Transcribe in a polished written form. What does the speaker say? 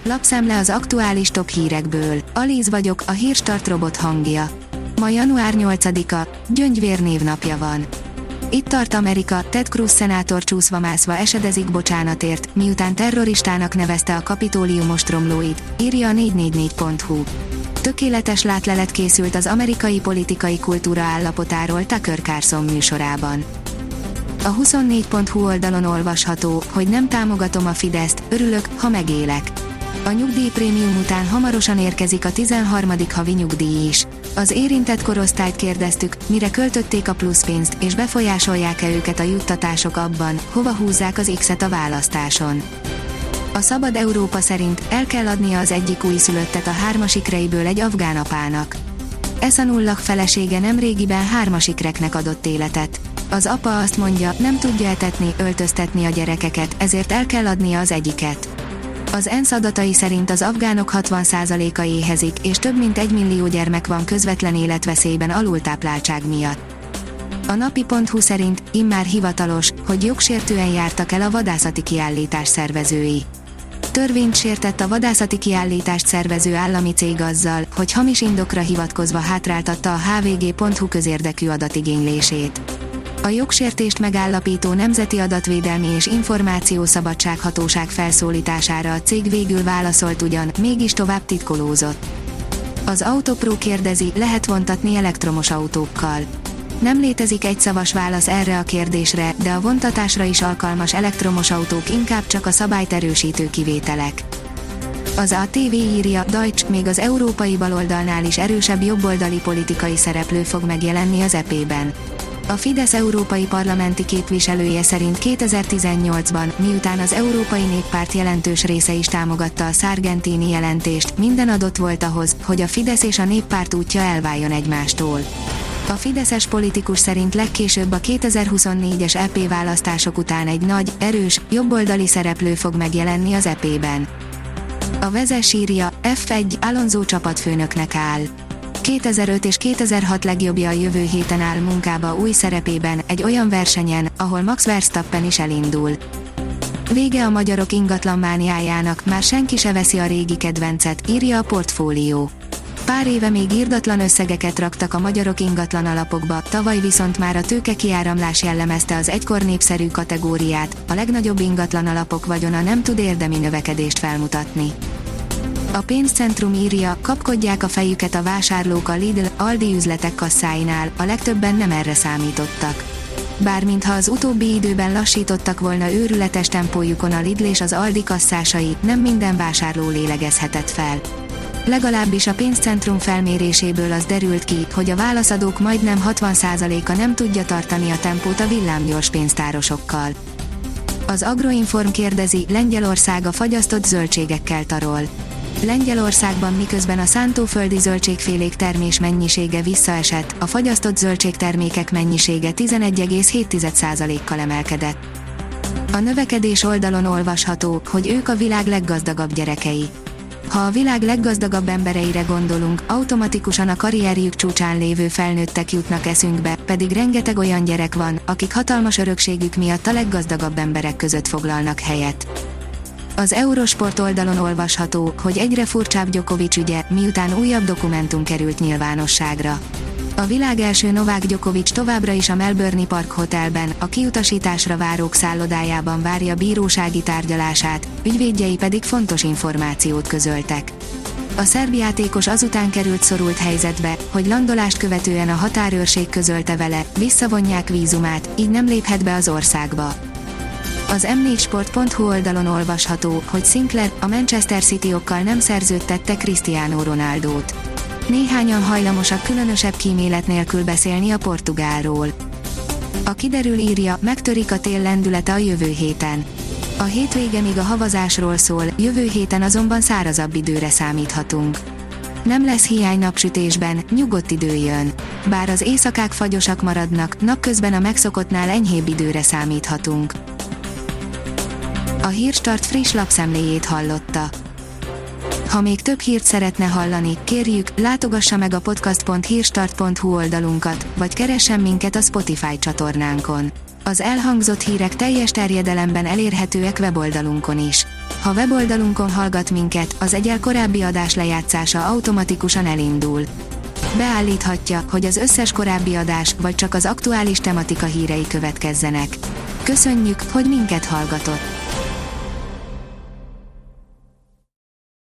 Lapszemle az aktuális top hírekből. Alíz vagyok, a Hírstart robot hangja. Ma január 8-a, Gyöngyvér névnapja van. Itt tart Amerika, Ted Cruz szenátor csúszva-mászva esedezik bocsánatért, miután terroristának nevezte a kapitólium ostromlóit, írja a 444.hu. Tökéletes látlelet készült az amerikai politikai kultúra állapotáról Tucker Carlson műsorában. A 24.hu oldalon olvasható, hogy nem támogatom a Fideszt, örülök, ha megélek. A nyugdíjprémium után hamarosan érkezik a 13. havi nyugdíj is. Az érintett korosztályt kérdeztük, mire költötték a pluszpénzt, és befolyásolják-e őket a juttatások abban, hova húzzák az X-et a választáson. A Szabad Európa szerint el kell adnia az egyik újszülöttet a hármasikreiből egy afgán apának. Esanullah felesége nemrégiben hármasikreknek adott életet. Az apa azt mondja, nem tudja etetni, öltöztetni a gyerekeket, ezért el kell adnia az egyiket. Az ENSZ adatai szerint az afgánok 60%-a éhezik, és több mint 1 millió gyermek van közvetlen életveszélyben alultápláltság miatt. A napi.hu szerint immár hivatalos, hogy jogsértően jártak el a vadászati kiállítás szervezői. Törvényt sértett a vadászati kiállítást szervező állami cég azzal, hogy hamis indokra hivatkozva hátráltatta a hvg.hu közérdekű adatigénylését. A jogsértést megállapító Nemzeti Adatvédelmi és Információszabadság Hatóság felszólítására a cég végül válaszolt ugyan, mégis tovább titkolózott. Az Autopro kérdezi, lehet vontatni elektromos autókkal. Nem létezik egyszavas válasz erre a kérdésre, de a vontatásra is alkalmas elektromos autók inkább csak a szabályt erősítő kivételek. Az ATV írja, Deutsch, még az európai baloldalnál is erősebb jobboldali politikai szereplő fog megjelenni az EP-ben. A Fidesz európai parlamenti képviselője szerint 2018-ban, miután az Európai Néppárt jelentős része is támogatta a Sargentini jelentést, minden adott volt ahhoz, hogy a Fidesz és a Néppárt útja elváljon egymástól. A fideszes politikus szerint legkésőbb a 2024-es EP választások után egy nagy, erős, jobboldali szereplő fog megjelenni az EP-ben. A Vezes írja, F1, Alonso csapatfőnöknek áll. 2005 és 2006 legjobbja a jövő héten áll munkába új szerepében, egy olyan versenyen, ahol Max Verstappen is elindul. Vége a magyarok ingatlanmániájának, már senki se veszi a régi kedvencet, írja a Portfólió. Pár éve még irdatlan összegeket raktak a magyarok ingatlan alapokba, tavaly viszont már a tőkekiáramlás jellemezte az egykor népszerű kategóriát, a legnagyobb ingatlan alapok vagyona nem tud érdemi növekedést felmutatni. A pénzcentrum írja, kapkodják a fejüket a vásárlók a Lidl, Aldi üzletek kasszáinál, a legtöbben nem erre számítottak. Bár mintha az utóbbi időben lassítottak volna őrületes tempójukon a Lidl és az Aldi kasszásai, nem minden vásárló lélegezhetett fel. Legalábbis a pénzcentrum felméréséből az derült ki, hogy a válaszadók majdnem 60%-a nem tudja tartani a tempót a villámgyors pénztárosokkal. Az Agroinform kérdezi, Lengyelország a fagyasztott zöldségekkel tarol. Lengyelországban miközben a szántóföldi zöldségfélék termés mennyisége visszaesett, a fagyasztott zöldségtermékek mennyisége 11,7%-kal emelkedett. A növekedés oldalon olvasható, hogy ők a világ leggazdagabb gyerekei. Ha a világ leggazdagabb embereire gondolunk, automatikusan a karrierjük csúcsán lévő felnőttek jutnak eszünkbe, pedig rengeteg olyan gyerek van, akik hatalmas örökségük miatt a leggazdagabb emberek között foglalnak helyet. Az Eurosport oldalon olvasható, hogy egyre furcsább Djokovic ügye, miután újabb dokumentum került nyilvánosságra. A világ első Novák Djokovic továbbra is a Melbourne-i Park Hotelben, a kiutasításra várók szállodájában várja bírósági tárgyalását, ügyvédjei pedig fontos információt közöltek. A szerb játékos azután került szorult helyzetbe, hogy landolást követően a határőrség közölte vele, visszavonják vízumát, így nem léphet be az országba. Az m4sport.hu oldalon olvasható, hogy Sinclair, a Manchester City-okkal nem szerződtette Cristiano Ronaldót. Néhányan hajlamosak különösebb kímélet nélkül beszélni a portugálról. A Kiderül írja, megtörik a tél lendülete a jövő héten. A hétvége még a havazásról szól, jövő héten azonban szárazabb időre számíthatunk. Nem lesz hiány napsütésben, nyugodt idő jön. Bár az éjszakák fagyosak maradnak, napközben a megszokottnál enyhébb időre számíthatunk. A Hírstart friss lapszemléjét hallotta. Ha még több hírt szeretne hallani, kérjük, látogassa meg a podcast.hírstart.hu oldalunkat, vagy keressen minket a Spotify csatornánkon. Az elhangzott hírek teljes terjedelemben elérhetőek weboldalunkon is. Ha weboldalunkon hallgat minket, az egyel korábbi adás lejátszása automatikusan elindul. Beállíthatja, hogy az összes korábbi adás, vagy csak az aktuális tematika hírei következzenek. Köszönjük, hogy minket hallgatott!